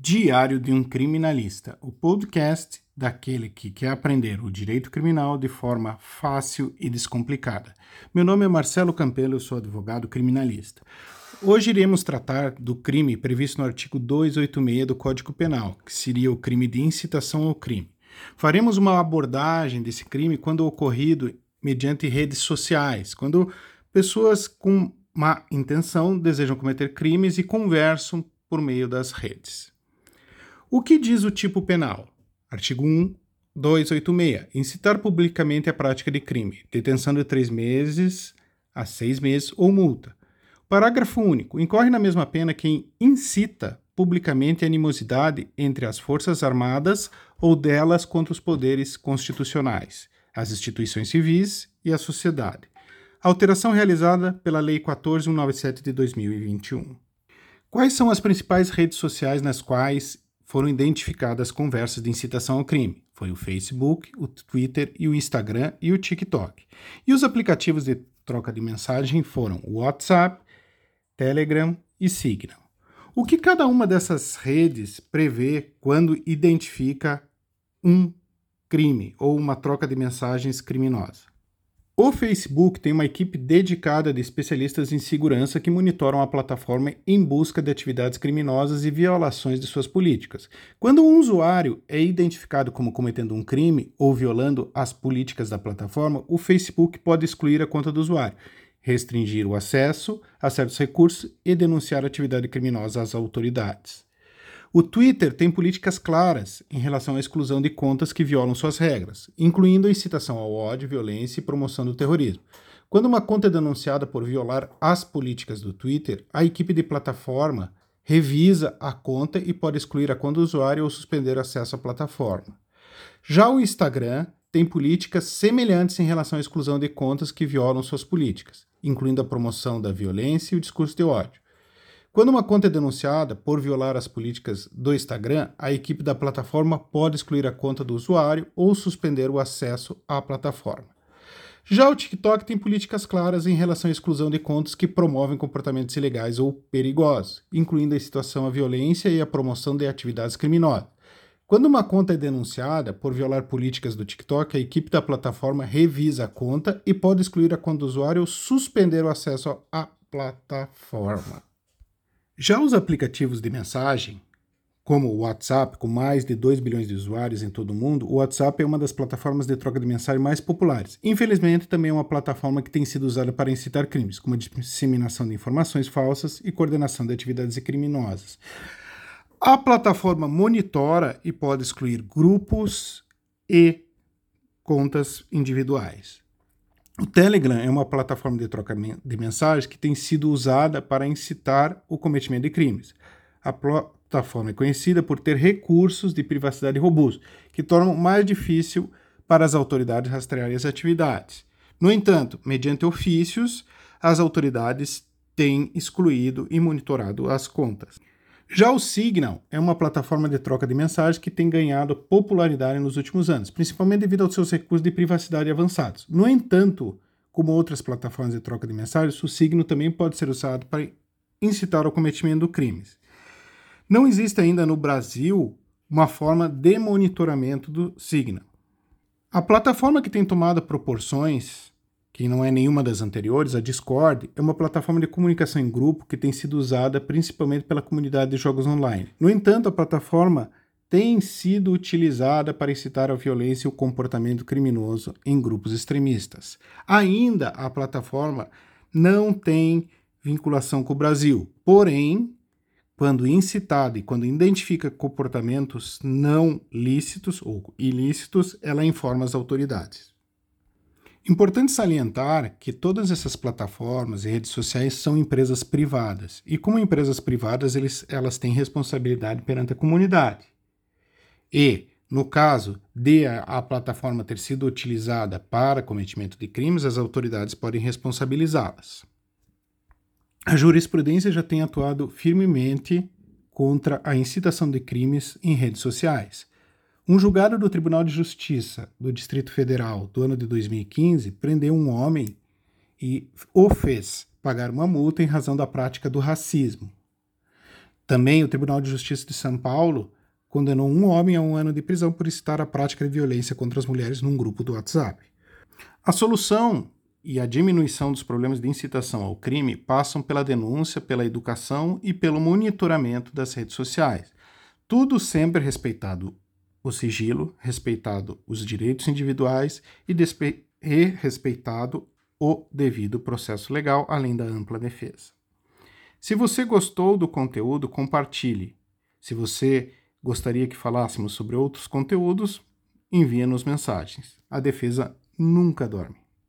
Diário de um Criminalista, o podcast daquele que quer aprender o direito criminal de forma fácil e descomplicada. Meu nome é Marcelo Campelo, eu sou advogado criminalista. Hoje iremos tratar do crime previsto no artigo 286 do Código Penal, que seria o crime de incitação ao crime. Faremos uma abordagem desse crime quando ocorrido mediante redes sociais, quando pessoas com má intenção desejam cometer crimes e conversam por meio das redes. O que diz o tipo penal? Artigo 1, 286. Incitar publicamente a prática de crime. Detenção de 3 meses a 6 meses ou multa. Parágrafo único. Incorre na mesma pena quem incita publicamente a animosidade entre as Forças Armadas ou delas contra os poderes constitucionais, as instituições civis e a sociedade. Alteração realizada pela Lei 14.197 de 2021. Quais são as principais redes sociais nas quais foram identificadas conversas de incitação ao crime? Foi o Facebook, o Twitter e o Instagram e o TikTok. E os aplicativos de troca de mensagem foram o WhatsApp, Telegram e Signal. O que cada uma dessas redes prevê quando identifica um crime ou uma troca de mensagens criminosa? O Facebook tem uma equipe dedicada de especialistas em segurança que monitoram a plataforma em busca de atividades criminosas e violações de suas políticas. Quando um usuário é identificado como cometendo um crime ou violando as políticas da plataforma, o Facebook pode excluir a conta do usuário, restringir o acesso a certos recursos e denunciar a atividade criminosa às autoridades. O Twitter tem políticas claras em relação à exclusão de contas que violam suas regras, incluindo a incitação ao ódio, violência e promoção do terrorismo. Quando uma conta é denunciada por violar as políticas do Twitter, a equipe de plataforma revisa a conta e pode excluir a conta do usuário ou suspender o acesso à plataforma. Já o Instagram tem políticas semelhantes em relação à exclusão de contas que violam suas políticas, incluindo a promoção da violência e o discurso de ódio. Quando uma conta é denunciada por violar as políticas do Instagram, a equipe da plataforma pode excluir a conta do usuário ou suspender o acesso à plataforma. Já o TikTok tem políticas claras em relação à exclusão de contas que promovem comportamentos ilegais ou perigosos, incluindo a incitação à violência e a promoção de atividades criminosas. Quando uma conta é denunciada por violar políticas do TikTok, a equipe da plataforma revisa a conta e pode excluir a conta do usuário ou suspender o acesso à plataforma. Já os aplicativos de mensagem, como o WhatsApp, com mais de 2 bilhões de usuários em todo o mundo, o WhatsApp é uma das plataformas de troca de mensagem mais populares. Infelizmente, também é uma plataforma que tem sido usada para incitar crimes, como a disseminação de informações falsas e coordenação de atividades criminosas. A plataforma monitora e pode excluir grupos e contas individuais. O Telegram é uma plataforma de troca de mensagens que tem sido usada para incitar o cometimento de crimes. A plataforma é conhecida por ter recursos de privacidade robustos, que tornam mais difícil para as autoridades rastrearem as atividades. No entanto, mediante ofícios, as autoridades têm excluído e monitorado as contas. Já o Signal é uma plataforma de troca de mensagens que tem ganhado popularidade nos últimos anos, principalmente devido aos seus recursos de privacidade avançados. No entanto, como outras plataformas de troca de mensagens, o Signal também pode ser usado para incitar ao cometimento de crimes. Não existe ainda no Brasil uma forma de monitoramento do Signal. A plataforma que tem tomado proporções, que não é nenhuma das anteriores, a Discord, é uma plataforma de comunicação em grupo que tem sido usada principalmente pela comunidade de jogos online. No entanto, a plataforma tem sido utilizada para incitar a violência e o comportamento criminoso em grupos extremistas. Ainda a plataforma não tem vinculação com o Brasil, porém, quando incitada e quando identifica comportamentos não lícitos ou ilícitos, ela informa as autoridades. Importante salientar que todas essas plataformas e redes sociais são empresas privadas, e como empresas privadas, elas têm responsabilidade perante a comunidade. E, no caso de a plataforma ter sido utilizada para cometimento de crimes, as autoridades podem responsabilizá-las. A jurisprudência já tem atuado firmemente contra a incitação de crimes em redes sociais. Um julgado do Tribunal de Justiça do Distrito Federal do ano de 2015 prendeu um homem e o fez pagar uma multa em razão da prática do racismo. Também o Tribunal de Justiça de São Paulo condenou um homem a 1 ano de prisão por incitar a prática de violência contra as mulheres num grupo do WhatsApp. A solução e a diminuição dos problemas de incitação ao crime passam pela denúncia, pela educação e pelo monitoramento das redes sociais. Tudo sempre respeitado o sigilo, respeitado os direitos individuais e respeitado o devido processo legal, além da ampla defesa. Se você gostou do conteúdo, compartilhe. Se você gostaria que falássemos sobre outros conteúdos, envie-nos mensagens. A defesa nunca dorme.